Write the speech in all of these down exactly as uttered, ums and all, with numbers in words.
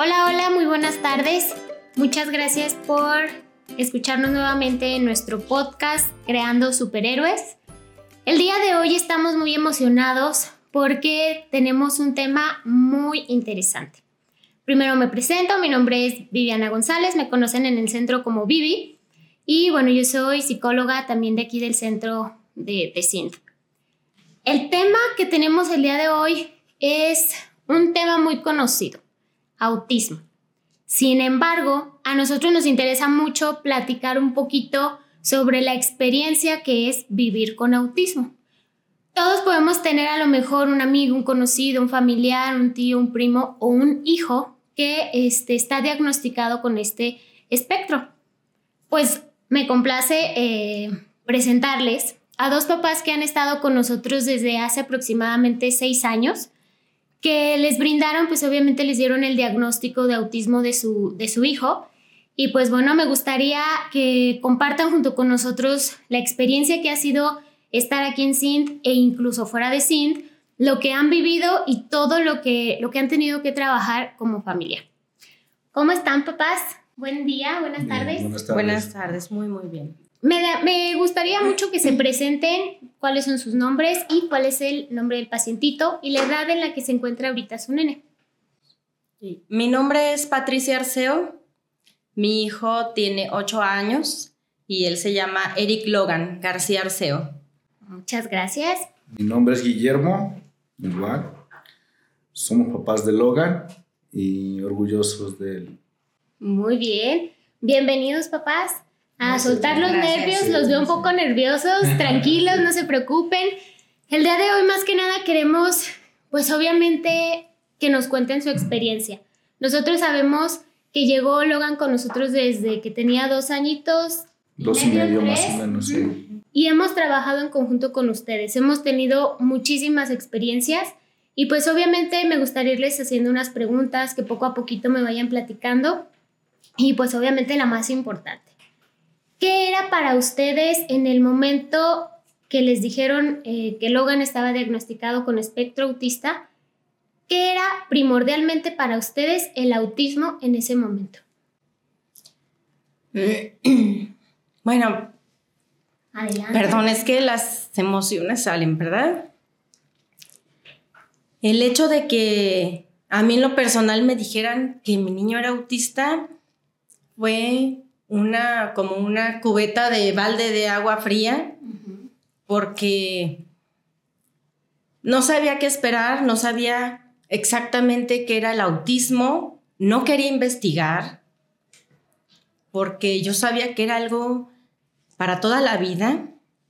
Hola, hola, muy buenas tardes. Muchas gracias por escucharnos nuevamente en nuestro podcast Creando Superhéroes. El día de hoy estamos muy emocionados porque tenemos un tema muy interesante. Primero me presento, mi nombre es Viviana González, me conocen en el centro como Vivi. Y bueno, yo soy psicóloga también de aquí del centro de, de C I N T. El tema que tenemos el día de hoy es un tema muy conocido, autismo. Sin embargo, a nosotros nos interesa mucho platicar un poquito sobre la experiencia que es vivir con autismo. Todos podemos tener a lo mejor un amigo, un conocido, un familiar, un tío, un primo o un hijo que este, está diagnosticado con este espectro. Pues me complace eh, presentarles a dos papás que han estado con nosotros desde hace aproximadamente seis años, que les brindaron, pues obviamente les dieron el diagnóstico de autismo de su, de su hijo. Y pues bueno, me gustaría que compartan junto con nosotros la experiencia que ha sido estar aquí en C I N T e incluso fuera de C I N T, lo que han vivido y todo lo que, lo que han tenido que trabajar como familia. ¿Cómo están, papás? Buen día, buenas Bien, tardes. Buenas tardes. Buenas tardes, muy muy bien. Me, da, me gustaría mucho que se presenten cuáles son sus nombres y cuál es el nombre del pacientito y la edad en la que se encuentra ahorita su nene. Sí. Mi nombre es Patricia Arceo, mi hijo tiene ocho años y él se llama Eric Logan García Arceo. Muchas gracias. Mi nombre es Guillermo, igual. Somos papás de Logan y orgullosos de él. Muy bien. Bienvenidos, papás, a Gracias, soltar los gracias. nervios. Sí, Los veo un sí. poco nerviosos, tranquilos, no se preocupen. El día de hoy, más que nada, queremos, pues obviamente, que nos cuenten su experiencia. Nosotros sabemos que llegó Logan con nosotros desde que tenía dos añitos. Dos y medio tres, más o menos, sí. Y hemos trabajado en conjunto con ustedes. Hemos tenido muchísimas experiencias y pues obviamente me gustaría irles haciendo unas preguntas que poco a poquito me vayan platicando. Y pues obviamente la más importante. ¿Qué era para ustedes en el momento que les dijeron eh, que Logan estaba diagnosticado con espectro autista? ¿Qué era primordialmente para ustedes el autismo en ese momento? Bueno, Adelante. perdón, es que las emociones salen, ¿verdad? El hecho de que a mí en lo personal me dijeran que mi niño era autista fue una, como una cubeta de balde de agua fría, Uh-huh. porque no sabía qué esperar, no sabía exactamente qué era el autismo, no quería investigar, porque yo sabía que era algo para toda la vida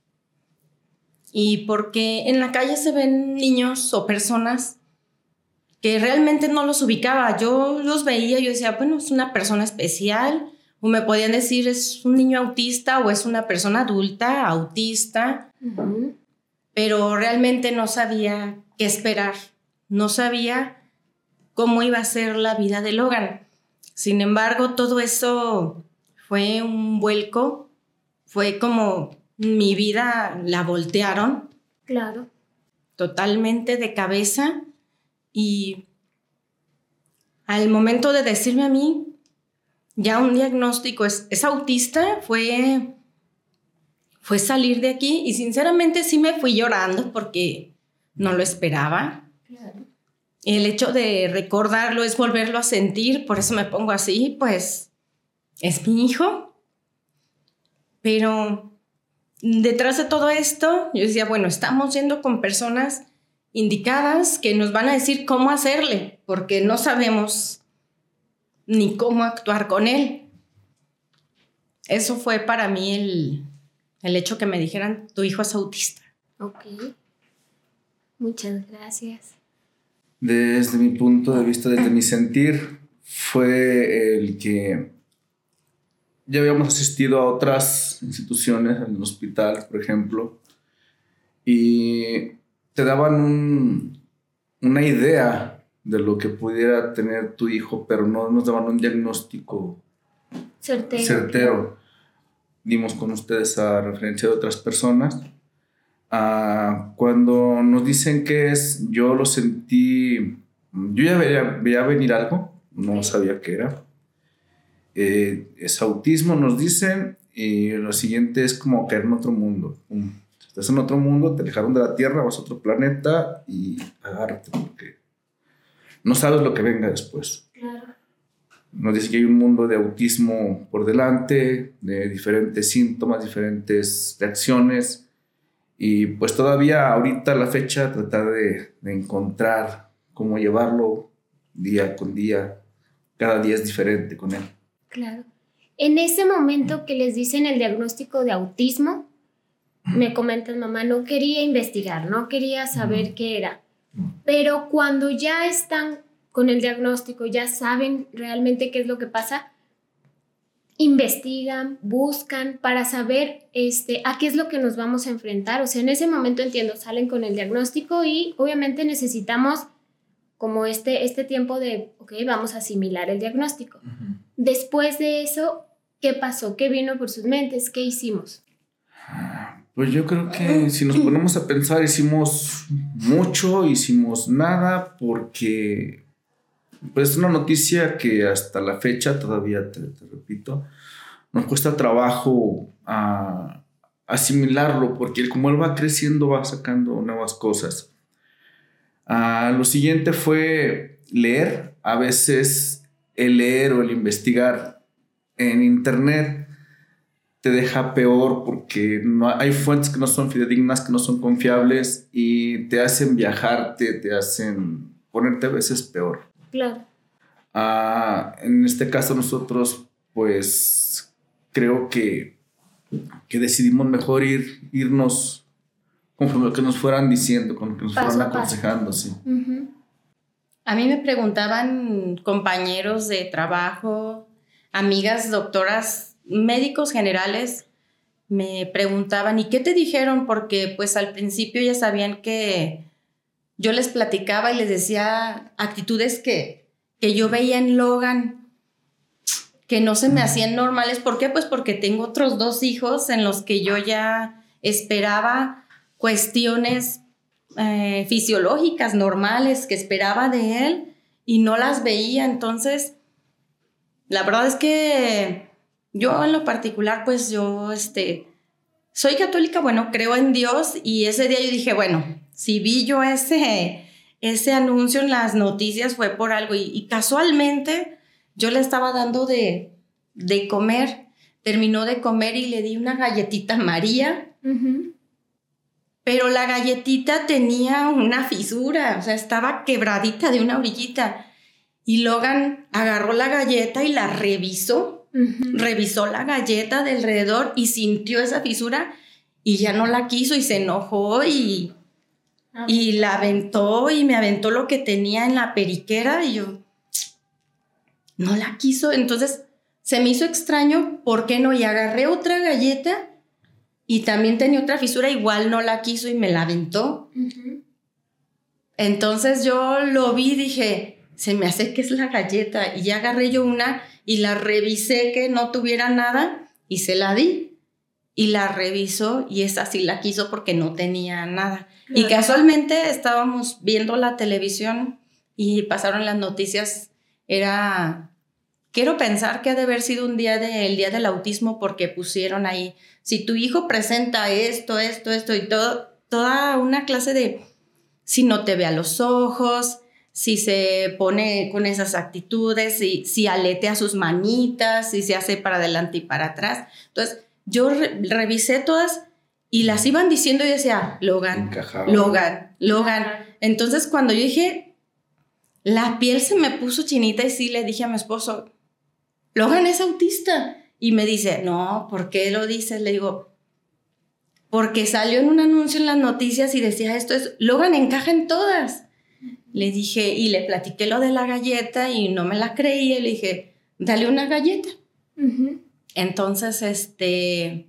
y porque en la calle se ven niños o personas que realmente no los ubicaba. Yo los veía y yo decía, bueno, es una persona especial, o me podían decir es un niño autista o es una persona adulta autista, Uh-huh. pero realmente no sabía qué esperar, no sabía cómo iba a ser la vida de Logan. Sin embargo, todo eso fue un vuelco, fue como mi vida la voltearon Claro. totalmente de cabeza. Y al momento de decirme a mí, ya un diagnóstico es, es autista, fue, fue salir de aquí y sinceramente sí me fui llorando porque no lo esperaba. Claro. El hecho de recordarlo es volverlo a sentir, por eso me pongo así, pues es mi hijo. Pero detrás de todo esto, yo decía, bueno, estamos yendo con personas indicadas que nos van a decir cómo hacerle, porque no sabemos ni cómo actuar con él. Eso fue para mí el, el hecho que me dijeran, tu hijo es autista. Ok. Muchas gracias. Desde mi punto de vista, desde mi sentir, fue el que ya habíamos asistido a otras instituciones, en el hospital, por ejemplo, y te daban un, una idea de lo que pudiera tener tu hijo, pero no nos daban un diagnóstico Certero. certero. Dimos con ustedes a referencia de otras personas. Ah, cuando nos dicen qué es, yo lo sentí, yo ya veía, veía venir algo, no sabía qué era. Eh, es autismo, nos dicen, y lo siguiente es como caer en otro mundo. Um, estás en otro mundo, te alejaron de la Tierra, vas a otro planeta y agárrate porque no sabes lo que venga después. Claro. Nos dice que hay un mundo de autismo por delante, de diferentes síntomas, diferentes reacciones, y pues todavía ahorita a la fecha tratar de, de encontrar cómo llevarlo día con día, cada día es diferente con él. Claro. En ese momento que les dicen el diagnóstico de autismo, me comentas, mamá, no quería investigar, no quería saber qué era, pero cuando ya están con el diagnóstico, ya saben realmente qué es lo que pasa, investigan, buscan para saber este, a qué es lo que nos vamos a enfrentar. O sea, en ese momento entiendo, salen con el diagnóstico y obviamente necesitamos como este, este tiempo de, ok, vamos a asimilar el diagnóstico. Uh-huh. Después de eso, ¿qué pasó? ¿Qué vino por sus mentes? ¿Qué hicimos? Pues yo creo que si nos ponemos a pensar, hicimos mucho, hicimos nada, porque pues es una noticia que hasta la fecha, todavía te, te repito, nos cuesta trabajo a, asimilarlo, porque como él va creciendo, va sacando nuevas cosas. Uh, lo siguiente fue leer. A veces el leer o el investigar en internet te deja peor porque no, hay fuentes que no son fidedignas, que no son confiables y te hacen viajarte, te hacen ponerte a veces peor. Claro. Uh, en este caso nosotros pues creo que, que decidimos mejor ir, irnos conforme lo que nos fueran diciendo, con lo que nos paso fueran aconsejando. Sí. Uh-huh. A mí me preguntaban compañeros de trabajo, amigas doctoras, médicos generales, me preguntaban, ¿y qué te dijeron? Porque pues al principio ya sabían que yo les platicaba y les decía actitudes que, que yo veía en Logan, que no se me hacían normales. ¿Por qué? Pues porque tengo otros dos hijos en los que yo ya esperaba cuestiones eh, fisiológicas normales que esperaba de él y no las veía. Entonces, la verdad es que yo en lo particular, pues yo este, soy católica, bueno, creo en Dios, y ese día yo dije, bueno, si vi yo ese, ese anuncio en las noticias fue por algo, y, y casualmente yo le estaba dando de, de comer, terminó de comer y le di una galletita a María, uh-huh. Pero la galletita tenía una fisura, o sea, estaba quebradita de una orillita, y Logan agarró la galleta y la revisó, uh-huh. revisó la galleta de alrededor y sintió esa fisura y ya no la quiso y se enojó y, uh-huh. y la aventó y me aventó lo que tenía en la periquera y yo no la quiso. Entonces se me hizo extraño, ¿por qué no? Y agarré otra galleta y también tenía otra fisura, igual no la quiso y me la aventó. Uh-huh. Entonces yo lo vi y dije, se me hace que es la galleta, y ya agarré yo una y la revisé que no tuviera nada y se la di y la revisó y esa sí la quiso porque no tenía nada. Claro. Y casualmente estábamos viendo la televisión y pasaron las noticias, era, quiero pensar que ha de haber sido un día del día del autismo porque pusieron ahí, si tu hijo presenta esto, esto, esto y todo, toda una clase de, si no te ve a los ojos, si se pone con esas actitudes, si, si aletea sus manitas, si se hace para adelante y para atrás. Entonces, yo re- revisé todas y las iban diciendo y decía, Logan, Encajaba. Logan, Logan. Entonces, cuando yo dije, la piel se me puso chinita y sí le dije a mi esposo, Logan es autista. Y me dice, no, ¿por qué lo dices? Le digo, porque salió en un anuncio en las noticias y decía esto, es, Logan encaja en todas. Le dije, y le platiqué lo de la galleta y no me la creía. Le dije, dale una galleta. Uh-huh. Entonces, este,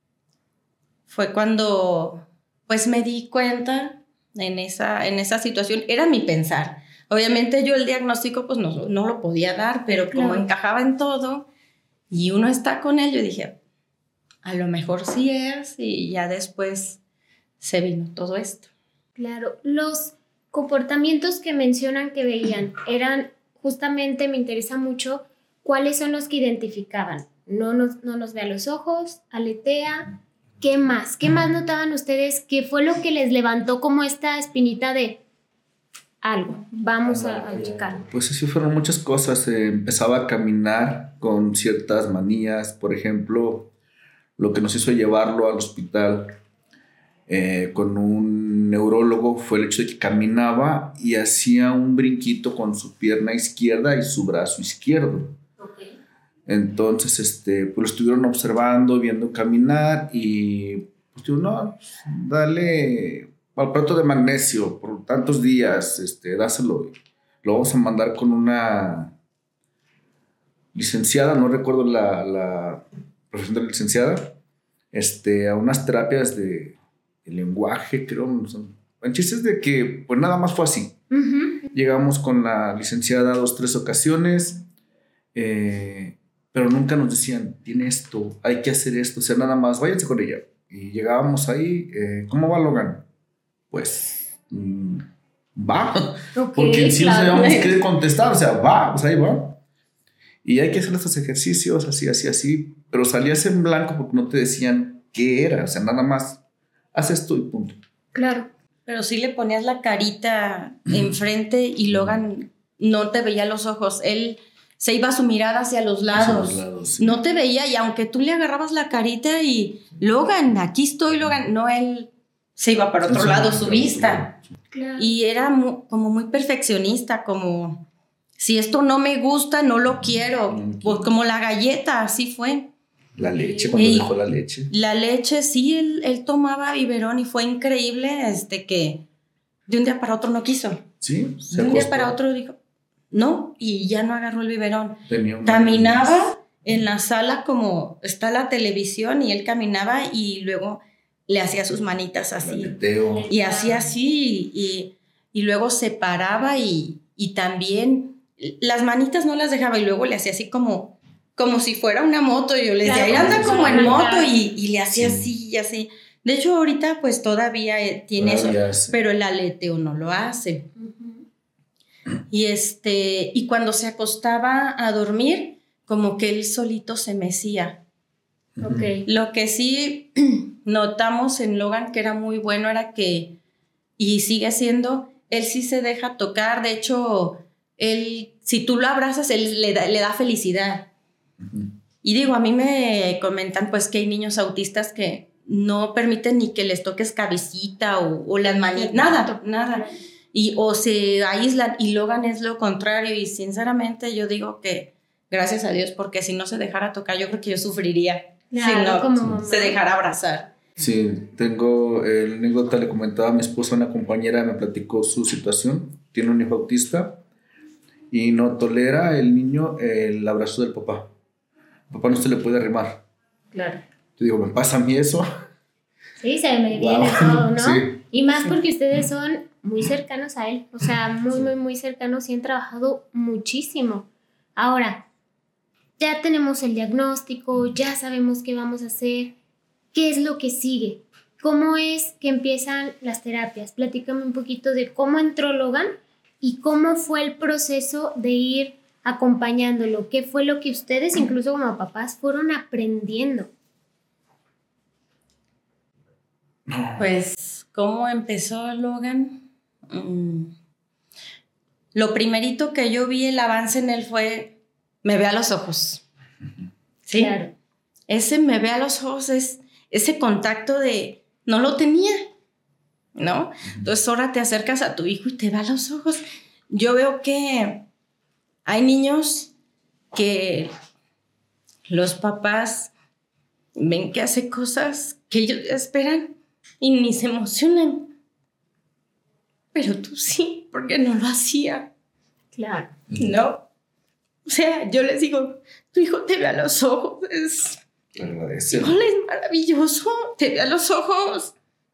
fue cuando, pues me di cuenta en esa, en esa situación. Era mi pensar. Obviamente yo el diagnóstico, pues no, no lo podía dar, pero claro. Como encajaba en todo y uno está con él, yo dije, a lo mejor sí es, y ya después se vino todo esto. Claro, los comportamientos que mencionan que veían, ¿eran justamente me interesa mucho cuáles son los que identificaban. No nos, no nos ve a los ojos, aletea. ¿Qué más? ¿Qué más notaban ustedes? ¿Qué fue lo que les levantó como esta espinita de algo? Vamos a, a checar. Pues sí, fueron muchas cosas. Eh, empezaba a caminar con ciertas manías. Por ejemplo, lo que nos hizo llevarlo al hospital eh, con un neurólogo fue el hecho de que caminaba y hacía un brinquito con su pierna izquierda y su brazo izquierdo. Okay. Entonces, este, pues lo estuvieron observando, viendo caminar y pues digo, no, dale valprato de magnesio por tantos días, este, dáselo. Lo vamos a mandar con una licenciada, no recuerdo la, la profesión de la licenciada, este, a unas terapias de, de lenguaje, creo. El chiste es de que, pues nada más fue así. Uh-huh. Llegamos con la licenciada dos, tres ocasiones, eh, pero nunca nos decían, tiene esto, hay que hacer esto, o sea, nada más, váyanse con ella. Y llegábamos ahí, eh, ¿cómo va Logan? Pues, mmm, va, okay, porque en sí claro. No sabíamos qué contestar, o sea, va, pues ahí va. Y hay que hacer estos ejercicios, así, así, así, pero salías en blanco porque no te decían qué era, o sea, nada más, haz esto y punto. Claro. Pero sí le ponías la carita enfrente y Logan no te veía los ojos, él se iba su mirada hacia los lados, hacia los lados sí. No te veía y aunque tú le agarrabas la carita y Logan, aquí estoy Logan, no, él se iba para otro sí, lado sí, su claro, vista. Claro. Y era muy, como muy perfeccionista, como si esto no me gusta, no lo quiero, mm, pues como la galleta, así fue. La leche, cuando y dejó la leche. La leche, sí, él, él tomaba biberón y fue increíble este, que de un día para otro no quiso. Sí, se De un acostó. Día para otro dijo, no, y ya no agarró el biberón. Caminaba vez. En la sala como está la televisión y él caminaba y luego le hacía sus manitas así. Y hacía así y, y luego se paraba y, y también las manitas no las dejaba y luego le hacía así como, como si fuera una moto. Yo le decía, claro, anda como en moto y, y le hacía sí. Así y así. De hecho, ahorita pues todavía tiene todavía eso, hace. Pero el aleteo no lo hace. Uh-huh. Y, este, y cuando se acostaba a dormir, como que él solito se mecía. Okay. Lo que sí notamos en Logan que era muy bueno era que, y sigue siendo, él sí se deja tocar. De hecho, él, si tú lo abrazas, él le da, le da felicidad. Uh-huh. Y digo, a mí me comentan pues que hay niños autistas que no permiten ni que les toques cabecita o, o las manitas, nada, nada. Y, o se aíslan, y Logan es lo contrario. Y sinceramente yo digo que gracias a Dios, porque si no se dejara tocar, yo creo que yo sufriría. Claro, si no como se dejara abrazar. Sí, tengo el anécdota, le comentaba a mi esposa, una compañera me platicó su situación, tiene un hijo autista y no tolera el niño el abrazo del papá. El papá no se le puede arrimar. Claro. Te digo, ¿me pasa a mí eso? Sí, se me viene wow. Todo, ¿no? Sí. Y más porque ustedes son muy cercanos a él, o sea, muy, muy, muy cercanos y han trabajado muchísimo. Ahora, ya tenemos el diagnóstico, ya sabemos qué vamos a hacer. ¿Qué es lo que sigue? ¿Cómo es que empiezan las terapias? Platícame un poquito de cómo entró Logan y cómo fue el proceso de ir acompañándolo. ¿Qué fue lo que ustedes, incluso como papás, fueron aprendiendo? Pues, ¿cómo empezó Logan? Mm. Lo primerito que yo vi el avance en él fue... me ve a los ojos. Sí. Claro. Ese me ve a los ojos es ese contacto de no lo tenía, ¿no? Entonces ahora te acercas a tu hijo y te ve a los ojos. Yo veo que hay niños que los papás ven que hace cosas que ellos esperan y ni se emocionan. Pero tú sí, porque no lo hacía. Claro. ¿No? O sea, yo les digo, tu hijo te ve a los ojos, es, agradece. Híjole, es maravilloso, te ve a los ojos.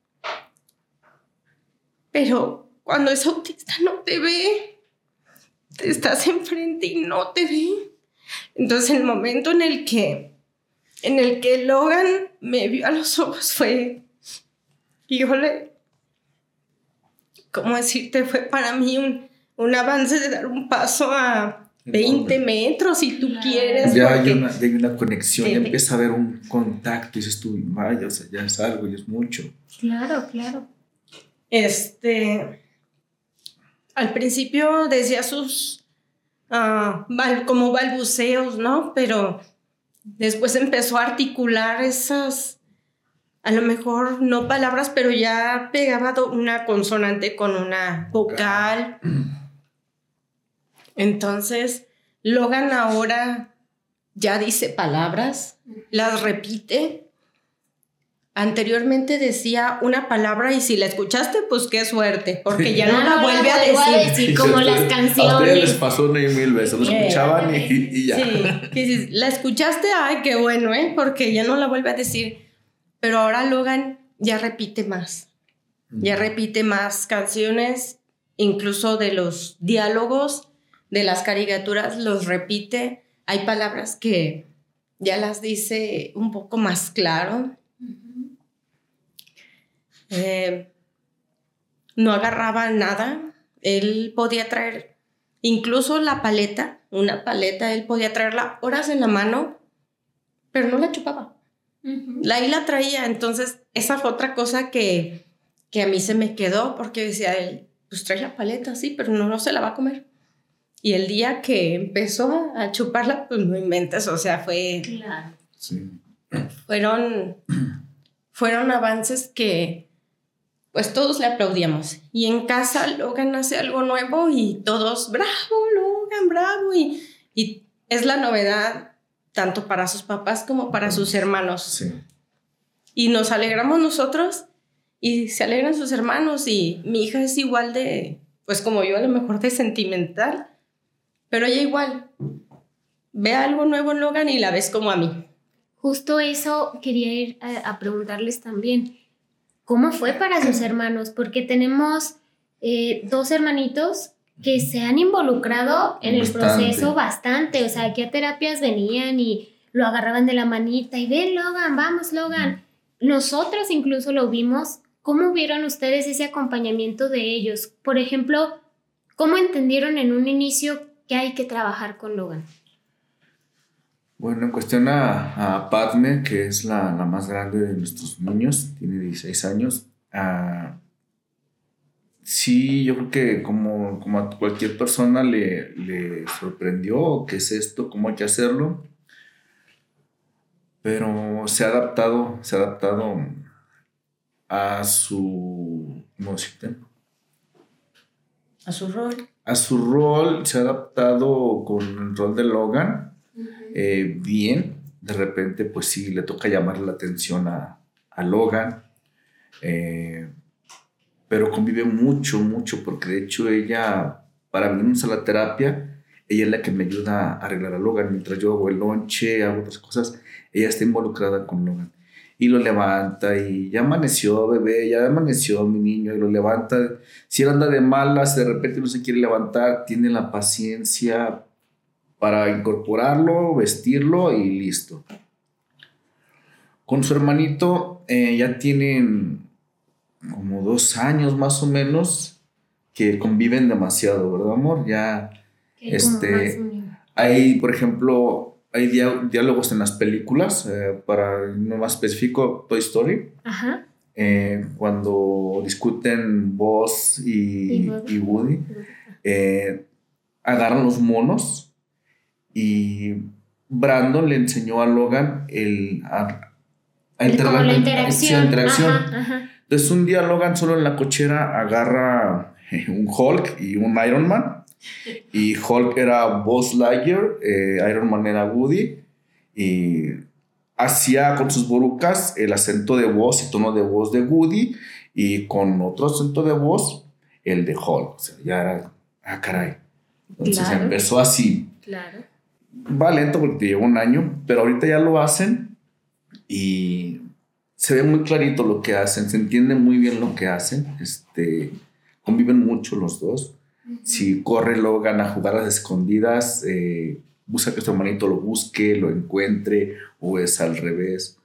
Pero cuando es autista no te ve, te estás enfrente y no te ve. Entonces el momento en el que, en el que Logan me vio a los ojos fue, híjole, ¿cómo decirte? Fue para mí un, un avance de dar un paso a veinte metros si tú quieres. Ya hay una, ya hay una conexión, sí. Ya empieza a haber un contacto y dices tú, vaya, o sea, ya es algo y es mucho. Claro, claro. Este, al principio decía sus, uh, bal, como balbuceos, ¿no? Pero después empezó a articular esas, a lo mejor no palabras, pero ya pegaba una consonante con una vocal. Entonces, Logan ahora ya dice palabras, las repite. Anteriormente decía una palabra y si la escuchaste, pues qué suerte, porque ya no, no la vuelve a decir. a decir como las canciones. A ustedes les pasó una y mil veces, lo escuchaban y, y ya. Sí, que si la escuchaste, ay, qué bueno, ¿eh? Porque ya no la vuelve a decir. Pero ahora Logan ya repite más. Ya repite más canciones, incluso de los diálogos, de las caricaturas, los repite. Hay palabras que ya las dice un poco más claro. Eh, no agarraba nada. Él podía traer incluso la paleta, una paleta, él podía traerla horas en la mano, pero no la chupaba. Uh-huh. La, ahí la traía. Entonces esa fue otra cosa que, que a mí se me quedó, porque decía él, pues trae la paleta, sí, pero no, no se la va a comer. Y el día que empezó a chuparla, pues no inventes, o sea, fue... Claro. Sí. Fueron, fueron avances que pues todos le aplaudíamos. Y en casa Logan hace algo nuevo y todos, bravo Logan, bravo. Y, y es la novedad tanto para sus papás como para sus hermanos. Sí. Y nos alegramos nosotros y se alegran sus hermanos. Y mi hija es igual de, pues como yo, a lo mejor de sentimental, pero ella igual ve algo nuevo en Logan y la ves como a mí. Justo eso quería ir a, a preguntarles también. ¿Cómo fue para sus hermanos? Porque tenemos eh, dos hermanitos que se han involucrado en bastante. el proceso bastante. O sea, que a terapias venían y lo agarraban de la manita y ven, Logan, vamos, Logan. Nosotros incluso lo vimos. ¿Cómo vieron ustedes ese acompañamiento de ellos? Por ejemplo, ¿cómo entendieron en un inicio que hay que trabajar con Logan? Bueno, en cuestión a, a Padme, que es la, la más grande de nuestros niños, tiene dieciséis años. Uh, sí, yo creo que como, como a cualquier persona le, le sorprendió qué es esto, cómo hay que hacerlo. Pero se ha adaptado, se ha adaptado a su... ¿Cómo decirte? A su rol. A su rol, se ha adaptado con el rol de Logan. Eh, bien, de repente pues sí le toca llamar la atención a, a Logan, eh, pero convive mucho, mucho, porque de hecho ella, para venirnos a la terapia, ella es la que me ayuda a arreglar a Logan, mientras yo hago el lonche, hago otras cosas, ella está involucrada con Logan, y lo levanta, y ya amaneció bebé, ya amaneció mi niño, y lo levanta, si él anda de malas, de repente no se quiere levantar, tiene la paciencia para incorporarlo, vestirlo y listo. Con su hermanito eh, ya tienen como dos años más o menos que conviven demasiado, ¿verdad, amor? Ya este, hay, por ejemplo, hay dia- diálogos en las películas, eh, para no más específico, Toy Story. Ajá. Eh, cuando discuten Buzz y, y Woody, y Woody eh, agarran los monos. Y Brandon le enseñó a Logan el, a, a el, como la interacción. Sí, interacción. Ajá, ajá. Entonces un día Logan solo en la cochera agarra un Hulk y un Iron Man. Y Hulk era Buzz Lightyear, eh, Iron Man era Woody. Y hacía con sus borucas el acento de voz y tono de voz de Woody. Y con otro acento de voz, el de Hulk. O sea, ya era, ah, caray. Entonces claro. Empezó así. Claro. Va lento porque te lleva un año, pero ahorita ya lo hacen y se ve muy clarito lo que hacen, se entiende muy bien lo que hacen, este, conviven mucho los dos. Uh-huh. Si corre Logan a jugar a las escondidas, eh, busca que su hermanito lo busque, lo encuentre, o es al revés.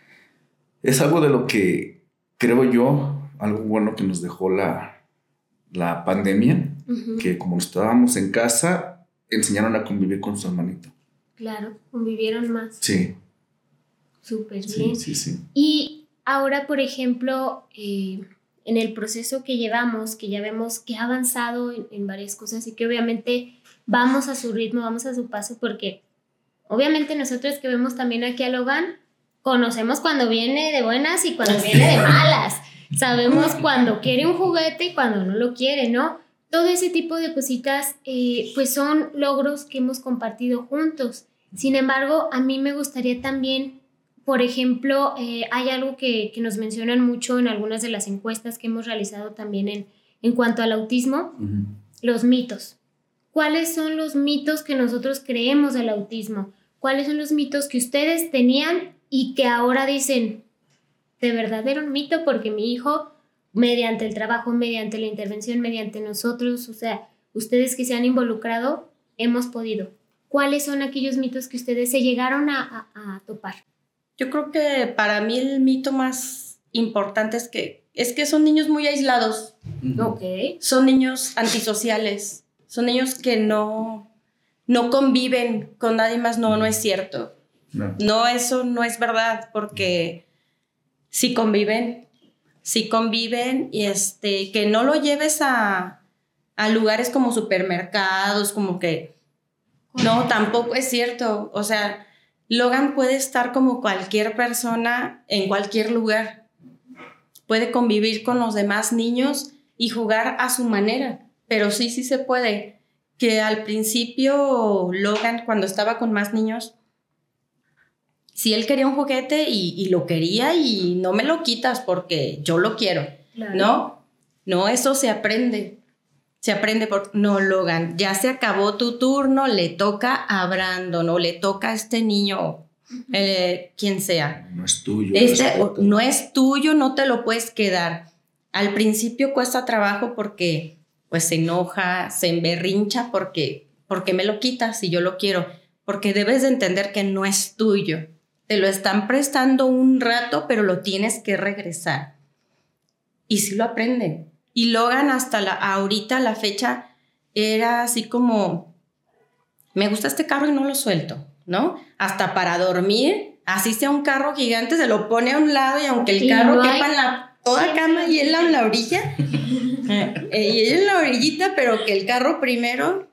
Es algo de lo que creo yo, algo bueno que nos dejó la, la pandemia, Uh-huh. que como estábamos en casa, enseñaron a convivir con su hermanito. Claro, convivieron más. Sí. Súper Sí, bien. sí, sí. Y ahora, por ejemplo, eh, en el proceso que llevamos, que ya vemos que ha avanzado en, en varias cosas y que obviamente vamos a su ritmo, vamos a su paso, porque obviamente nosotros que vemos también aquí a Logan, conocemos cuando viene de buenas y cuando viene de malas. Sabemos cuando quiere un juguete y cuando no lo quiere, ¿no? Todo ese tipo de cositas, eh, pues son logros que hemos compartido juntos. Sin embargo, a mí me gustaría también, por ejemplo, eh, hay algo que, que nos mencionan mucho en algunas de las encuestas que hemos realizado también en, en cuanto al autismo, Uh-huh. los mitos. ¿Cuáles son los mitos que nosotros creemos del autismo? ¿Cuáles son los mitos que ustedes tenían y que ahora dicen, de verdad era un mito porque mi hijo, mediante el trabajo, mediante la intervención, mediante nosotros, o sea, ustedes que se han involucrado, hemos podido? ¿Cuáles son aquellos mitos que ustedes se llegaron a, a, a topar? Yo creo que para mí el mito más importante es que, es que son niños muy aislados. Uh-huh. Ok. Son niños antisociales. Son niños que no, no conviven con nadie más. No, no es cierto. No. No, eso no es verdad, porque sí conviven. Sí conviven y este, que no lo lleves a, a lugares como supermercados, como que... No, tampoco es cierto. O sea, Logan puede estar como cualquier persona en cualquier lugar. Puede convivir con los demás niños y jugar a su manera. Pero sí, sí se puede. Que al principio Logan, cuando estaba con más niños, si él quería un juguete y, y lo quería y no me lo quitas porque yo lo quiero. Claro. No, no, eso se aprende. Se aprende por, no, Logan, ya se acabó tu turno, le toca a Brandon o le toca a este niño, eh, quien sea. No es tuyo. Este respeto. no es tuyo, no te lo puedes quedar. Al principio cuesta trabajo porque pues se enoja, se emberrincha porque, porque me lo quitas si yo lo quiero. Porque debes de entender que no es tuyo. Te lo están prestando un rato, pero lo tienes que regresar. Y sí lo aprenden. Y Logan hasta la, ahorita, la fecha, era así como, me gusta este carro y no lo suelto, ¿no? Hasta para dormir, así sea un carro gigante, se lo pone a un lado y aunque el Y carro no hay- quepa en la toda cama y él en la orilla, eh, y él en la orillita, pero que el carro primero,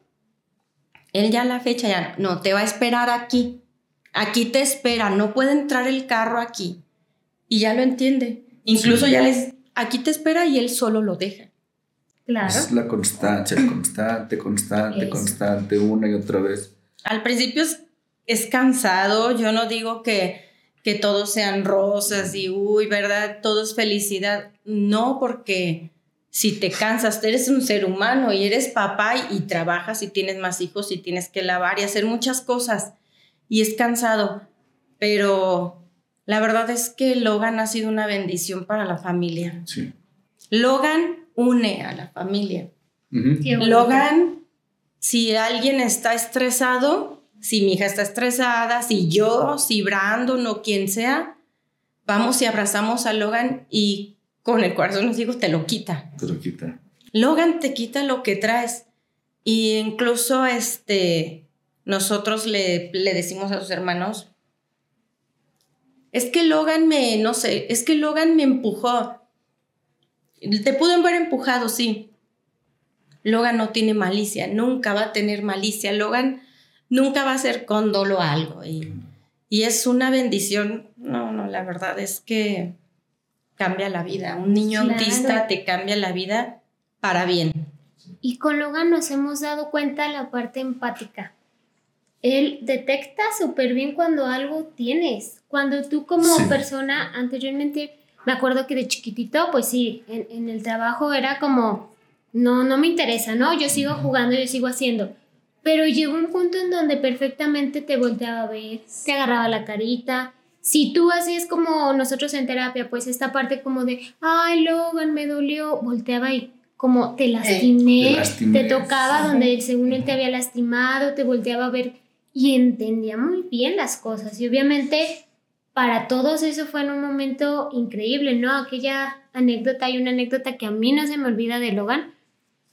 él ya a la fecha ya, no, te va a esperar aquí, aquí te espera, no puede entrar el carro aquí. Y ya lo entiende. Incluso Sí. ya les... Aquí te espera y él solo lo deja. Claro. Es la constancia, constante, constante, Eso. constante, una y otra vez. Al principio es, es cansado. Yo no digo que, que todos sean rosas y, uy, ¿verdad? Todo es felicidad. No, porque si te cansas, eres un ser humano y eres papá y, y trabajas y tienes más hijos y tienes que lavar y hacer muchas cosas. Y es cansado. Pero... la verdad es que Logan ha sido una bendición para la familia. Sí. Logan une a la familia. Uh-huh. Qué bonito. Logan, si alguien está estresado, si mi hija está estresada, si yo, si Brandon o quien sea, vamos y abrazamos a Logan y con el corazón nos digo, te lo quita. Te lo quita. Logan te quita lo que traes. Y incluso este, nosotros le, le decimos a sus hermanos, es que Logan me, no sé, es que Logan me empujó. Te pudo haber empujado, sí. Logan no tiene malicia, nunca va a tener malicia. Logan nunca va a ser con dolo a algo. Y, y es una bendición. No, no, la verdad es que cambia la vida. Un niño Claro. autista te cambia la vida para bien. Y con Logan nos hemos dado cuenta de la parte empática. Él detecta súper bien cuando algo tienes. Cuando tú como Sí. persona, anteriormente, me acuerdo que de chiquitito, pues sí, en, en el trabajo era como, no, no me interesa, ¿no? Yo sigo jugando, yo sigo haciendo. Pero llegó un punto en donde perfectamente te volteaba a ver, te agarraba la carita. Si tú hacías como nosotros en terapia, pues esta parte como de, ay, Logan, me dolió, volteaba y como te lastimé, Te lastimé. te tocaba donde según él te había lastimado, te volteaba a ver y entendía muy bien las cosas. Y obviamente para todos eso fue en un momento increíble, ¿no? Aquella anécdota, hay una anécdota que a mí no se me olvida de Logan,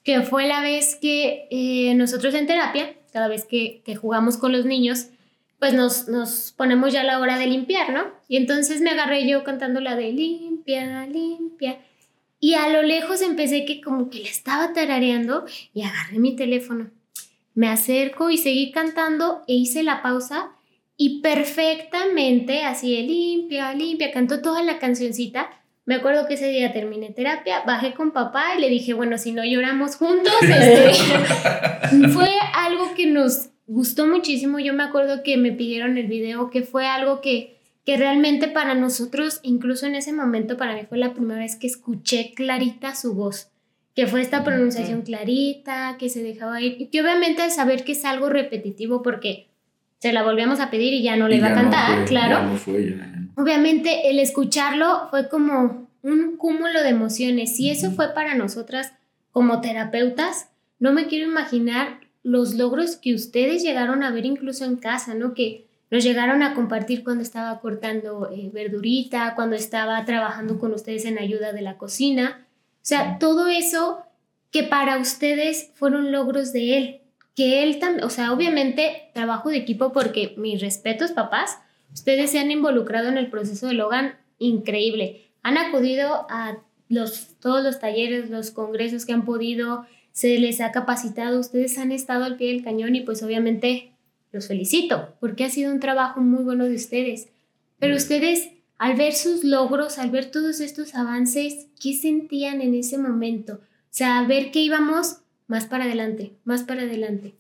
que fue la vez que eh, nosotros en terapia, cada vez que, que jugamos con los niños, pues nos, nos ponemos ya a la hora de limpiar, ¿no? Y entonces me agarré yo cantando la de limpia, limpia. Y a lo lejos empecé que como que le estaba tarareando y agarré mi teléfono. Me acerco y seguí cantando e hice la pausa y perfectamente, así de limpia, limpia, cantó toda la cancioncita. Me acuerdo que ese día terminé terapia, bajé con papá y le dije, bueno, si no lloramos juntos, este, fue algo que nos gustó muchísimo. Yo me acuerdo que me pidieron el video, que fue algo que, que realmente para nosotros, incluso en ese momento, para mí fue la primera vez que escuché clarita su voz, que fue esta pronunciación clarita, que se dejaba ir, y que obviamente al saber que es algo repetitivo, porque se la volvíamos a pedir y ya no le iba a cantar, no fue, claro. Ya no fue, ya, ya no. Obviamente el escucharlo fue como un cúmulo de emociones, y eso fue para nosotras como terapeutas. No me quiero imaginar los logros que ustedes llegaron a ver incluso en casa, ¿no? Que nos llegaron a compartir cuando estaba cortando eh, verdurita, cuando estaba trabajando con ustedes en ayuda de la cocina. O sea, todo eso que para ustedes fueron logros de él, que él también, o sea, obviamente trabajo de equipo, porque mis respetos, papás, ustedes se han involucrado en el proceso de Logan increíble. Han acudido a los, todos los talleres, los congresos que han podido, se les ha capacitado, ustedes han estado al pie del cañón y pues obviamente los felicito porque ha sido un trabajo muy bueno de ustedes. Pero ustedes, al ver sus logros, al ver todos estos avances, ¿qué sentían en ese momento? O sea, ver que íbamos más para adelante, más para adelante.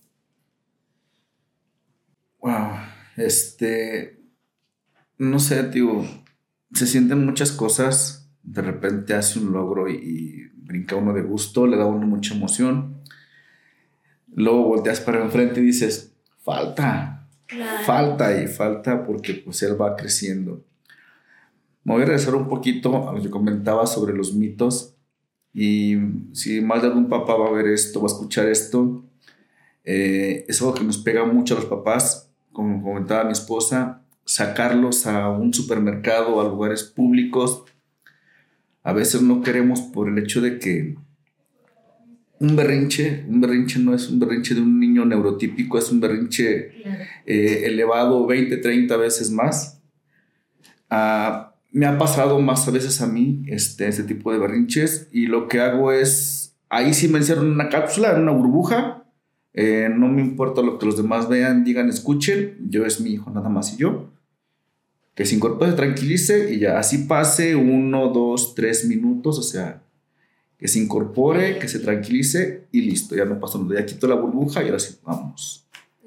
Wow, este, no sé, tío, se sienten muchas cosas, de repente hace un logro y, y brinca uno de gusto, le da a uno mucha emoción, luego volteas para enfrente y dices, falta, claro. falta y falta porque pues él va creciendo. Me voy a regresar un poquito a lo que comentaba sobre los mitos, y si más de algún papá va a ver esto, va a escuchar esto, eh, es algo que nos pega mucho a los papás, como comentaba mi esposa, sacarlos a un supermercado, a lugares públicos. A veces no queremos por el hecho de que un berrinche, un berrinche no es un berrinche de un niño neurotípico, es un berrinche eh, elevado veinte, treinta veces más. Uh, me ha pasado más a veces a mí este, este tipo de berrinches, y lo que hago es, ahí sí me encierro en una cápsula, en una burbuja, eh, no me importa lo que los demás vean, digan, escuchen, yo es mi hijo nada más y yo. Que se incorpore, se tranquilice y ya, así pase uno, dos, tres minutos, o sea, que se incorpore, que se tranquilice y listo, ya no pasó nada, ya quito la burbuja y ahora sí, vamos.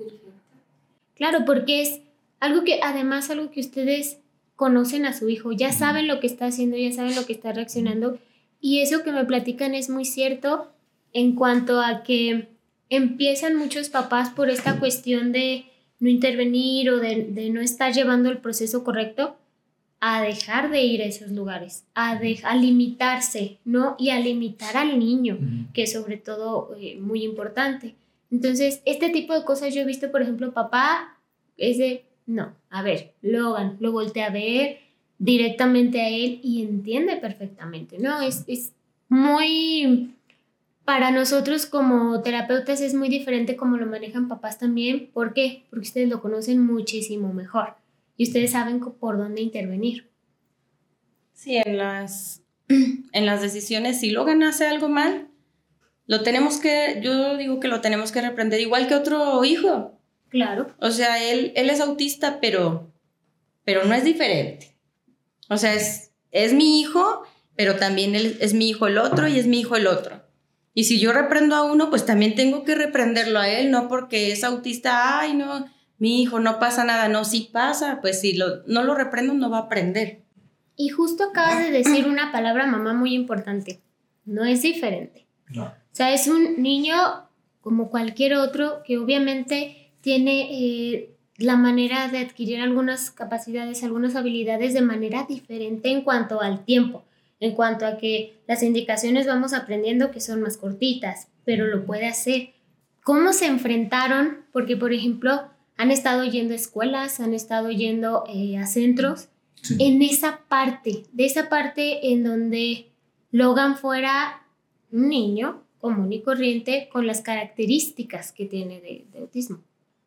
Claro, porque es algo que, además, algo que ustedes conocen a su hijo, ya saben lo que está haciendo, ya saben lo que está reaccionando, y eso que me platican es muy cierto en cuanto a que empiezan muchos papás por esta cuestión de no intervenir o de, de no estar llevando el proceso correcto, a dejar de ir a esos lugares, a, de, a limitarse, ¿no? Y a limitar al niño, uh-huh. que es sobre todo eh, muy importante. Entonces, este tipo de cosas yo he visto, por ejemplo, papá es de, no, a ver, Logan, lo voltea a ver directamente a él y entiende perfectamente, ¿no? Es, es muy... Para nosotros como terapeutas es muy diferente como lo manejan papás también. ¿Por qué? Porque ustedes lo conocen muchísimo mejor y ustedes saben por dónde intervenir. Sí, en las, en las decisiones, si Logan hace algo mal, lo tenemos que, yo digo que lo tenemos que reprender igual que otro hijo. Claro. O sea, él, él es autista, pero, pero no es diferente. O sea, es, es mi hijo, pero también él, es mi hijo el otro y es mi hijo el otro. Y si yo reprendo a uno, pues también tengo que reprenderlo a él, no porque es autista, ay, no, mi hijo, no pasa nada. No, sí pasa, pues si lo, no lo reprendo, no va a aprender. Y justo acabas de decir una palabra, mamá, muy importante. No es diferente. No. O sea, es un niño como cualquier otro que obviamente tiene eh, la manera de adquirir algunas capacidades, algunas habilidades de manera diferente en cuanto al tiempo. En cuanto a que las indicaciones vamos aprendiendo que son más cortitas, pero lo puede hacer. ¿Cómo se enfrentaron? Porque, por ejemplo, han estado yendo a escuelas, han estado yendo eh, a centros, sí. En esa parte, de esa parte en donde Logan fuera un niño común y corriente con las características que tiene de, de autismo?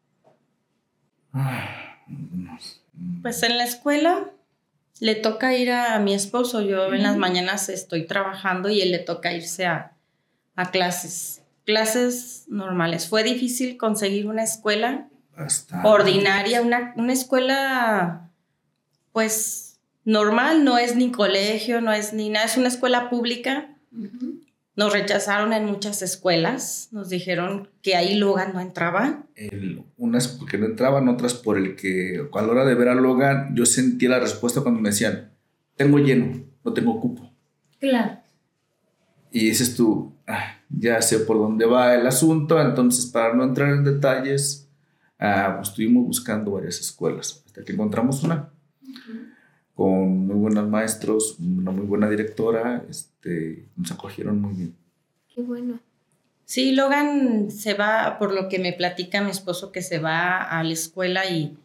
Pues en la escuela le toca ir a, a mi esposo. Yo uh-huh. en las mañanas estoy trabajando y él le toca irse a, a clases. Clases normales. Fue difícil conseguir una escuela Bastante. ordinaria, una, una escuela pues normal, no es ni colegio, no es ni nada, es una escuela pública. Uh-huh. Nos rechazaron en muchas escuelas, nos dijeron que ahí Logan no entraba. El, unas porque no entraban, otras por el que a la hora de ver a Logan yo sentía la respuesta cuando me decían, tengo lleno, no tengo cupo. Claro. Y dices tú, ah, ya sé por dónde va el asunto, entonces para no entrar en detalles, ah, pues estuvimos buscando varias escuelas hasta que encontramos una. Uh-huh. Con muy buenos maestros, una muy buena directora, este, nos acogieron muy bien. Qué bueno. Sí, Logan se va, por lo que me platica mi esposo, que se va a la escuela y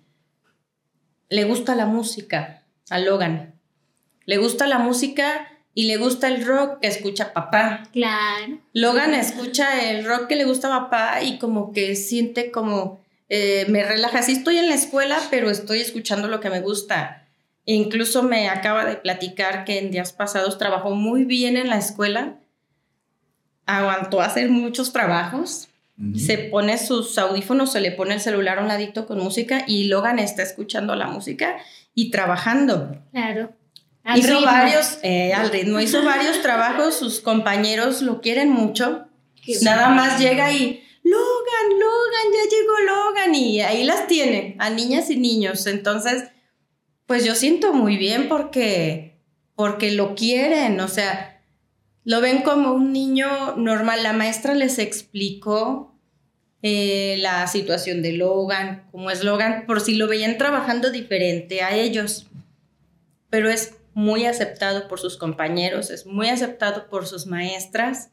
le gusta la música a Logan. Le gusta la música y le gusta el rock que escucha papá. Claro. Logan escucha el rock que le gusta a papá y como que siente como, eh, me relaja. Sí estoy en la escuela, pero estoy escuchando lo que me gusta. Incluso me acaba de platicar que en días pasados trabajó muy bien en la escuela, aguantó a hacer muchos trabajos, uh-huh. se pone sus audífonos, se le pone el celular a un ladito con música y Logan está escuchando la música y trabajando. Claro. Al hizo ritmo. varios, eh, al ritmo, hizo varios trabajos, sus compañeros lo quieren mucho. Qué Nada bueno. más llega y Logan, Logan, ya llegó Logan y ahí las tiene, a niñas y niños. Entonces, pues yo siento muy bien porque, porque lo quieren, o sea, lo ven como un niño normal. La maestra les explicó eh, la situación de Logan, cómo es Logan, por si lo veían trabajando diferente a ellos, pero es muy aceptado por sus compañeros, es muy aceptado por sus maestras.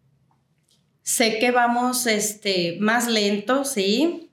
Sé que vamos este, más lento, sí,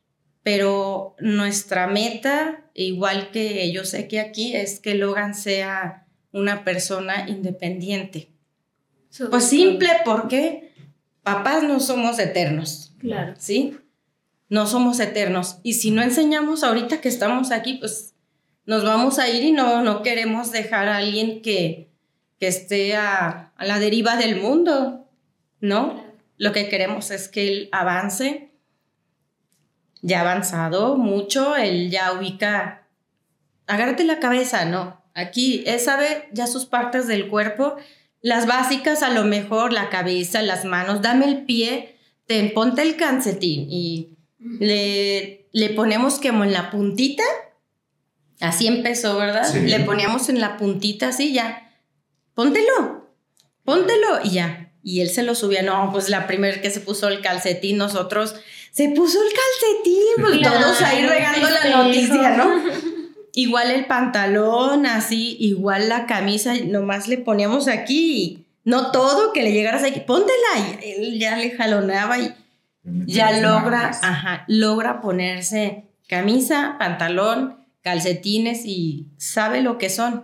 pero nuestra meta, igual que yo sé que aquí, es que Logan sea una persona independiente. Sobre pues simple porque papás no somos eternos. Claro. ¿Sí? No somos eternos. Y si no enseñamos ahorita que estamos aquí, pues nos vamos a ir y no, no queremos dejar a alguien que, que esté a, a la deriva del mundo, ¿no? Claro. Lo que queremos es que él avance. Ya ha avanzado mucho, él ya ubica, agárrate la cabeza, ¿no? Aquí, él sabe ya sus partes del cuerpo, las básicas a lo mejor, la cabeza, las manos, dame el pie, te, ponte el calcetín y le, le ponemos como en la puntita, así empezó, ¿verdad? Sí. Le poníamos en la puntita así, ya, póntelo, póntelo y ya. Y él se lo subía, no, pues la primera que se puso el calcetín, nosotros, se puso el calcetín, pues claro, todos ahí regando la noticia, ¿no? Igual el pantalón, así, igual la camisa, nomás le poníamos aquí, y no todo, que le llegaras aquí, póntela, y él ya le jaloneaba y ya logra, ajá, logra ponerse camisa, pantalón, calcetines y sabe lo que son.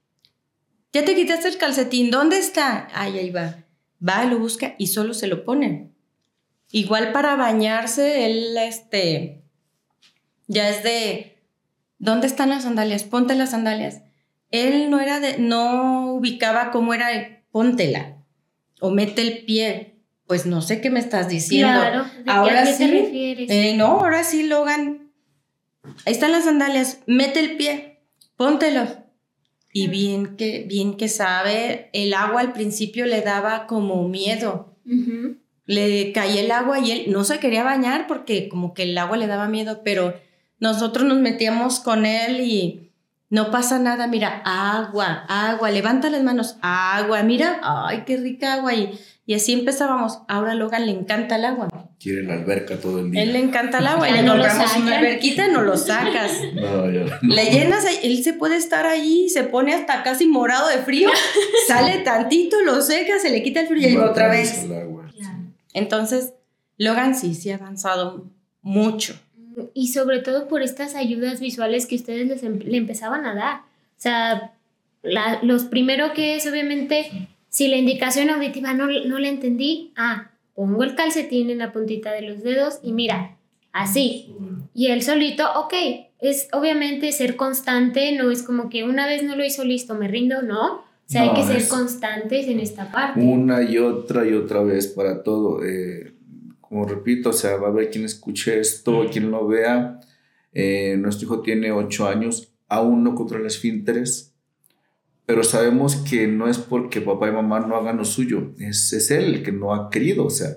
Ya te quitaste el calcetín, ¿dónde está? Ay, ahí va. Va, lo busca y solo se lo pone. Igual para bañarse, él este, ya es de, ¿dónde están las sandalias? Ponte las sandalias. Él no era de, no ubicaba cómo era, de, póntela o mete el pie. Pues no sé qué me estás diciendo. Claro, ¿de ahora qué, a qué sí, te refieres? Eh, no, ahora sí, Logan. Ahí están las sandalias, mete el pie, póntelo. Y bien que, bien que sabe, el agua al principio le daba como miedo. Uh-huh. Le caía el agua y él no se quería bañar porque como que el agua le daba miedo, pero nosotros nos metíamos con él y no pasa nada, mira, agua, agua, levanta las manos, agua, mira, ay, qué rica agua. Y, y así empezábamos. Ahora a Logan le encanta el agua. Quiere la alberca todo el día. Él le encanta el agua. Y le no compramos una alberquita, no lo sacas. No, yo, no. Le llenas, él se puede estar ahí, se pone hasta casi morado de frío, sale tantito, lo seca, se le quita el frío y llega otra vez. Claro. Entonces, Logan sí, sí ha avanzado mucho. Y sobre todo por estas ayudas visuales que ustedes les em- le empezaban a dar. O sea, la, los primero que es, obviamente, Si la indicación auditiva no, no la entendí, ah, pongo el calcetín en la puntita de los dedos y mira, así. Y él solito, ok, es obviamente ser constante, no es como que una vez no lo hizo, listo, me rindo, no. O sea, no, hay que ser constantes en esta parte. Una y otra y otra vez para todo. Eh, como repito, o sea, va a haber quien escuche esto, quien lo vea. Eh, nuestro hijo tiene ocho años, aún no controla esfínteres, pero sabemos que no es porque papá y mamá no hagan lo suyo, es, es él el que no ha querido, o sea,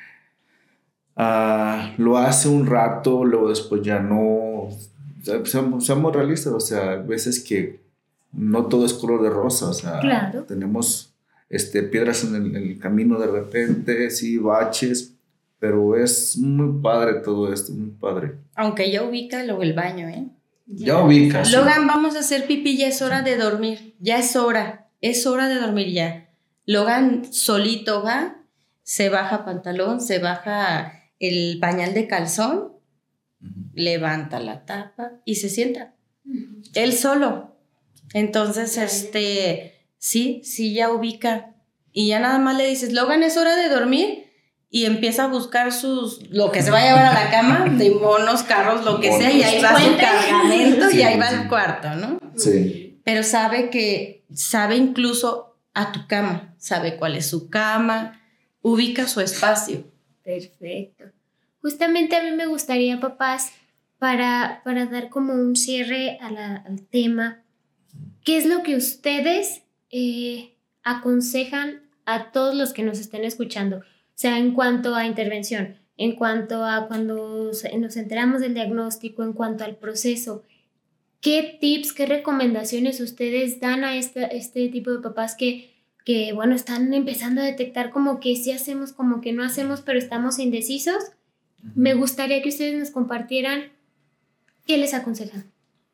uh, lo hace un rato, luego después ya no, o sea, seamos, seamos realistas, o sea, hay veces que no todo es color de rosa, o sea, claro. tenemos este, piedras en el, en el camino de repente, sí, baches, pero es muy padre todo esto, muy padre. Aunque ya ubica luego el baño, ¿eh? Ya, ya ubica. Logan, sí. Vamos a hacer pipí, ya es hora de dormir, ya es hora, es hora de dormir ya. Logan solito va, se baja pantalón, se baja el pañal de calzón, uh-huh. levanta la tapa y se sienta. Uh-huh. Él solo. Entonces, este, sí, sí ya ubica. Y ya nada más le dices, Logan, es hora de dormir. Y empieza a buscar sus, lo que se va a llevar a la cama, de monos, carros, lo que monos. sea, y ahí va su cargamento sí, y ahí va sí. el cuarto, ¿no? Sí. Pero sabe que, sabe incluso a tu cama, sabe cuál es su cama, ubica su espacio. Perfecto. Justamente a mí me gustaría, papás, para, para dar como un cierre a la, al tema, ¿qué es lo que ustedes eh, aconsejan a todos los que nos estén escuchando? O sea, en cuanto a intervención, en cuanto a cuando nos enteramos del diagnóstico, en cuanto al proceso, ¿qué tips, qué recomendaciones ustedes dan a este, este tipo de papás que, que, bueno, están empezando a detectar como que sí hacemos, como que no hacemos, pero estamos indecisos? Me gustaría que ustedes nos compartieran qué les aconsejan.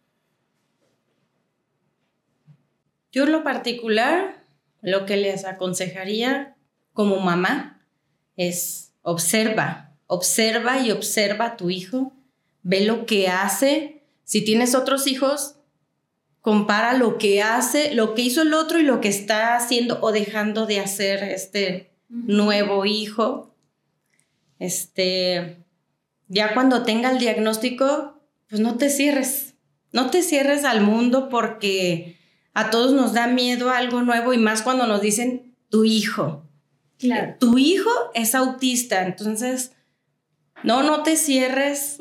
Yo en lo particular, lo que les aconsejaría como mamá, es observa, observa y observa a tu hijo, ve lo que hace. Si tienes otros hijos, compara lo que hace, lo que hizo el otro y lo que está haciendo o dejando de hacer este uh-huh. nuevo hijo. Este, ya cuando tenga el diagnóstico, pues no te cierres, no te cierres al mundo porque a todos nos da miedo algo nuevo y más cuando nos dicen tu hijo. Claro. Tu hijo es autista, entonces no, no te cierres,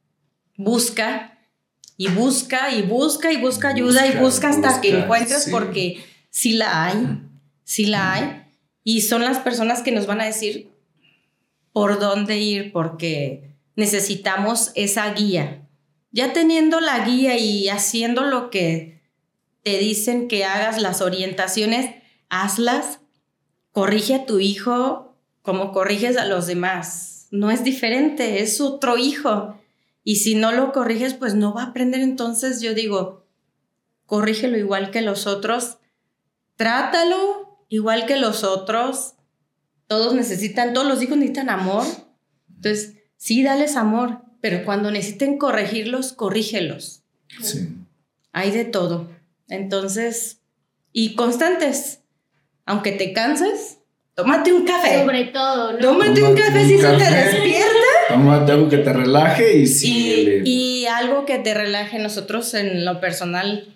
busca y busca y busca y busca ayuda busca, y busca hasta busca, que encuentres sí. porque sí la hay, sí la hay y son las personas que nos van a decir por dónde ir porque necesitamos esa guía. Ya teniendo la guía y haciendo lo que te dicen que hagas, las orientaciones, hazlas. Corrige a tu hijo como corriges a los demás. No es diferente, es otro hijo. Y si no lo corriges, pues no va a aprender. Entonces yo digo, corrígelo igual que los otros. Trátalo igual que los otros. Todos necesitan, todos los hijos necesitan amor. Entonces, sí, dales amor. Pero cuando necesiten corregirlos, corrígelos. Sí. Hay de todo. Entonces, y constantes. Aunque te canses, tómate un café. Sobre todo, ¿no? Tómate, tómate un café si se te despierta. Tómate algo que te relaje y síguele. Y, y algo que te relaje. Nosotros en lo personal,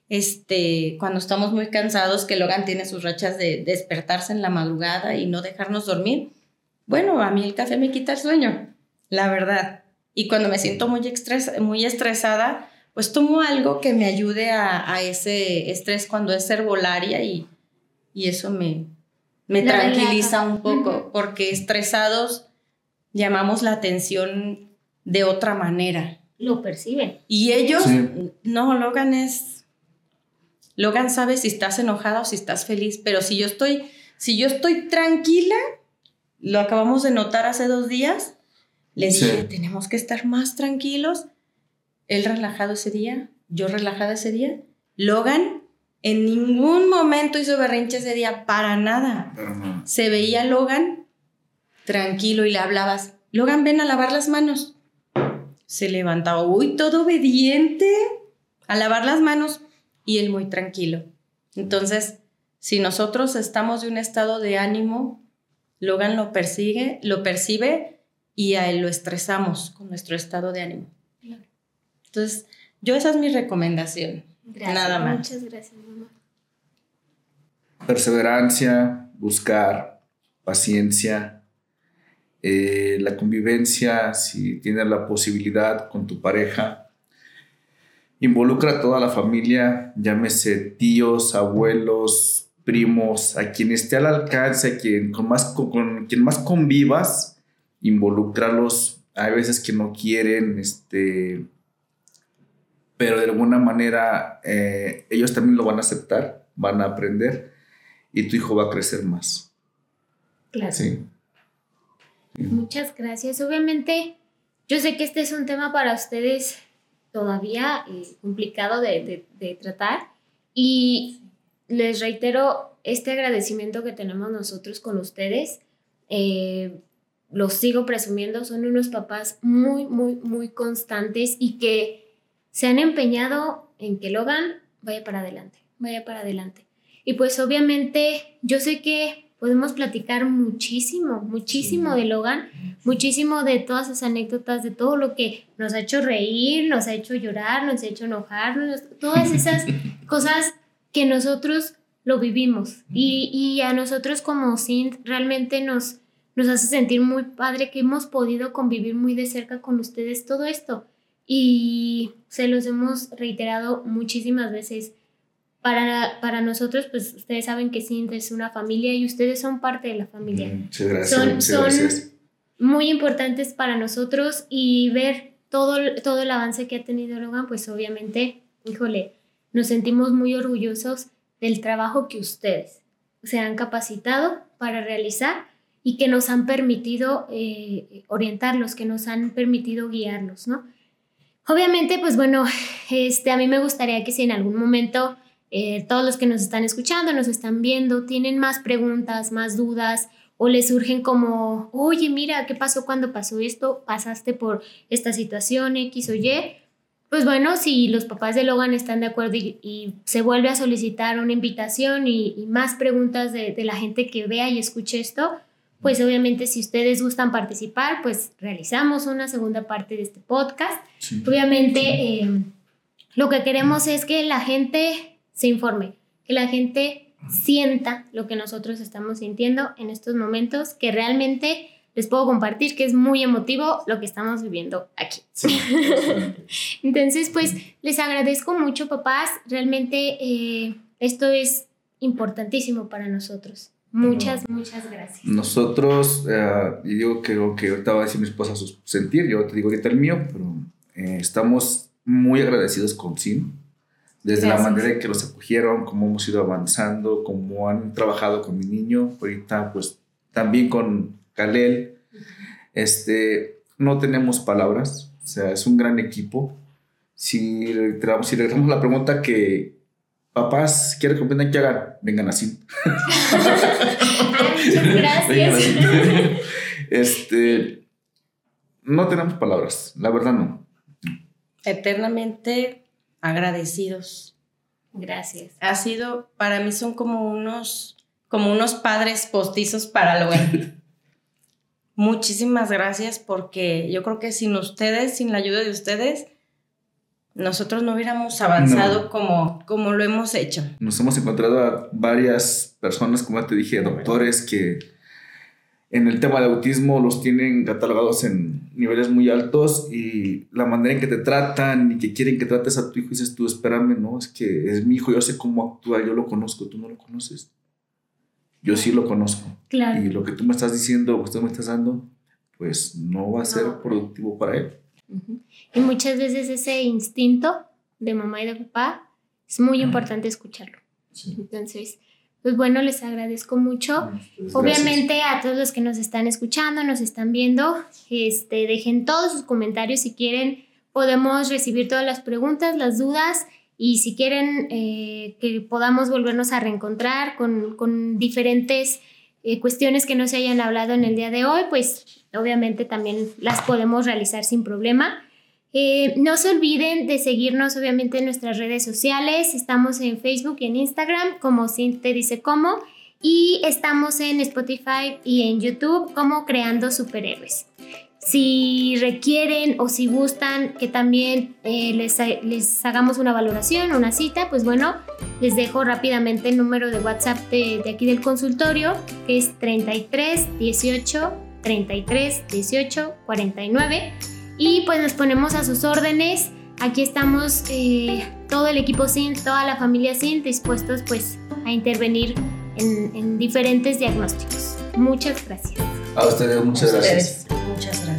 este, cuando estamos muy cansados, que Logan tiene sus rachas de despertarse en la madrugada y no dejarnos dormir. Bueno, a mí el café me quita el sueño, la verdad. Y cuando me siento muy, estres, muy estresada, pues tomo algo que me ayude a, a ese estrés cuando es herbolaria y... Y eso me, me tranquiliza un poco, uh-huh. porque estresados llamamos la atención de otra manera. Lo perciben. Y ellos, sí. no, Logan es... Logan sabe si estás enojada o si estás feliz, pero si yo estoy, si yo estoy tranquila, lo acabamos de notar hace dos días, le dije, sí. tenemos que estar más tranquilos. Él relajado ese día, yo relajada ese día. Logan... En ningún momento hizo berrinche ese día, para nada. Uh-huh. Se veía Logan tranquilo y le hablabas, Logan, ven a lavar las manos. Se levantaba, uy, todo obediente, a lavar las manos y él muy tranquilo. Entonces, Si nosotros estamos de un estado de ánimo, Logan lo persigue, lo percibe y a él lo estresamos con nuestro estado de ánimo. Claro. Entonces, yo esa es mi recomendación. Gracias, nada más. Muchas gracias, mamá. Perseverancia, buscar, paciencia, eh, la convivencia, si tienes la posibilidad con tu pareja, involucra a toda la familia, llámese tíos, abuelos, primos, a quien esté al alcance, a quien con más, con, con quien más convivas, involúcralos. Hay veces que no quieren, este, pero de alguna manera eh, ellos también lo van a aceptar, van a aprender y tu hijo va a crecer más. Claro. Sí. Sí. Muchas gracias. Obviamente, yo sé que este es un tema para ustedes todavía eh, complicado de, de, de tratar y les reitero este agradecimiento que tenemos nosotros con ustedes. Eh, los sigo presumiendo, son unos papás muy, muy, muy constantes y que se han empeñado en que Logan vaya para adelante, vaya para adelante. Y pues obviamente yo sé que podemos platicar muchísimo, muchísimo sí. de Logan, muchísimo de todas sus anécdotas, de todo lo que nos ha hecho reír, nos ha hecho llorar, nos ha hecho enojarnos, todas esas cosas que nosotros lo vivimos. Y, y a nosotros como Cinth realmente nos, nos hace sentir muy padre que hemos podido convivir muy de cerca con ustedes todo esto. Y se los hemos reiterado muchísimas veces. Para, para nosotros, pues ustedes saben que Cinth es una familia y ustedes son parte de la familia. Muchas gracias. Son, muchas son gracias. muy importantes para nosotros y ver todo, todo el avance que ha tenido Logan, pues obviamente, híjole, nos sentimos muy orgullosos del trabajo que ustedes se han capacitado para realizar y que nos han permitido eh, orientarlos, que nos han permitido guiarlos, ¿no? Obviamente, pues bueno, este, a mí me gustaría que si en algún momento eh, todos los que nos están escuchando, nos están viendo, tienen más preguntas, más dudas o les surgen como, oye, mira, ¿qué pasó cuando pasó esto? ¿Pasaste por esta situación X o Y? Pues bueno, si los papás de Logan están de acuerdo y, y se vuelve a solicitar una invitación y, y más preguntas de, de la gente que vea y escuche esto, pues obviamente si ustedes gustan participar, pues realizamos una segunda parte de este podcast. Sí. Obviamente eh, lo que queremos es que la gente se informe, que la gente sienta lo que nosotros estamos sintiendo en estos momentos, que realmente les puedo compartir que es muy emotivo lo que estamos viviendo aquí. Sí. Entonces, pues les agradezco mucho, papás. Realmente eh, esto es importantísimo para nosotros. Muchas, no. muchas gracias. Nosotros, uh, y digo que, que ahorita va a decir mi esposa su sentir, yo te digo ahorita el mío, pero eh, estamos muy agradecidos con Cinth. Desde Gracias. La manera en que los acogieron, cómo hemos ido avanzando, cómo han trabajado con mi niño, ahorita pues también con Kalel. Este, no tenemos palabras, o sea, es un gran equipo. Si reiteramos, si regresamos la pregunta que papás quieren que comprendan que hagan, vengan así. Muchas gracias. Este, no tenemos palabras, la verdad no. Eternamente agradecidos. Gracias. Ha sido, para mí son como unos, como unos padres postizos para Logan. Muchísimas gracias porque yo creo que sin ustedes, sin la ayuda de ustedes, nosotros no hubiéramos avanzado no. como, como lo hemos hecho. Nos hemos encontrado a varias personas, como te dije, doctores que en el tema de autismo los tienen catalogados en niveles muy altos y la manera en que te tratan y que quieren que trates a tu hijo y dices tú, espérame, no, es que es mi hijo, yo sé cómo actúa, yo lo conozco, tú no lo conoces. Yo sí lo conozco. Claro. Y lo que tú me estás diciendo, usted me estás dando, pues no va a ser no. productivo para él. Uh-huh. Y muchas veces ese instinto de mamá y de papá es muy uh-huh. importante escucharlo. Sí. Entonces, pues bueno, les agradezco mucho. Pues Obviamente a todos los que nos están escuchando, nos están viendo, este, dejen todos sus comentarios si quieren. Podemos recibir todas las preguntas, las dudas y si quieren eh, que podamos volvernos a reencontrar con, con diferentes eh, cuestiones que no se hayan hablado en el día de hoy, pues obviamente también las podemos realizar sin problema. Eh, no se olviden de seguirnos obviamente en nuestras redes sociales. Estamos en Facebook y en Instagram como Cindy te dice cómo, y estamos en Spotify y en YouTube como Creando Superhéroes. Si requieren o si gustan que también eh, les, les hagamos una valoración, una cita, pues bueno, les dejo rápidamente el número de WhatsApp de, de aquí del consultorio, que es treinta y tres dieciocho treinta y tres dieciocho cuarenta y nueve, y pues nos ponemos a sus órdenes. Aquí estamos eh, todo el equipo S I N, toda la familia S I N, dispuestos pues a intervenir en, en diferentes diagnósticos. Muchas gracias. A ustedes muchas A ustedes, gracias. muchas gracias.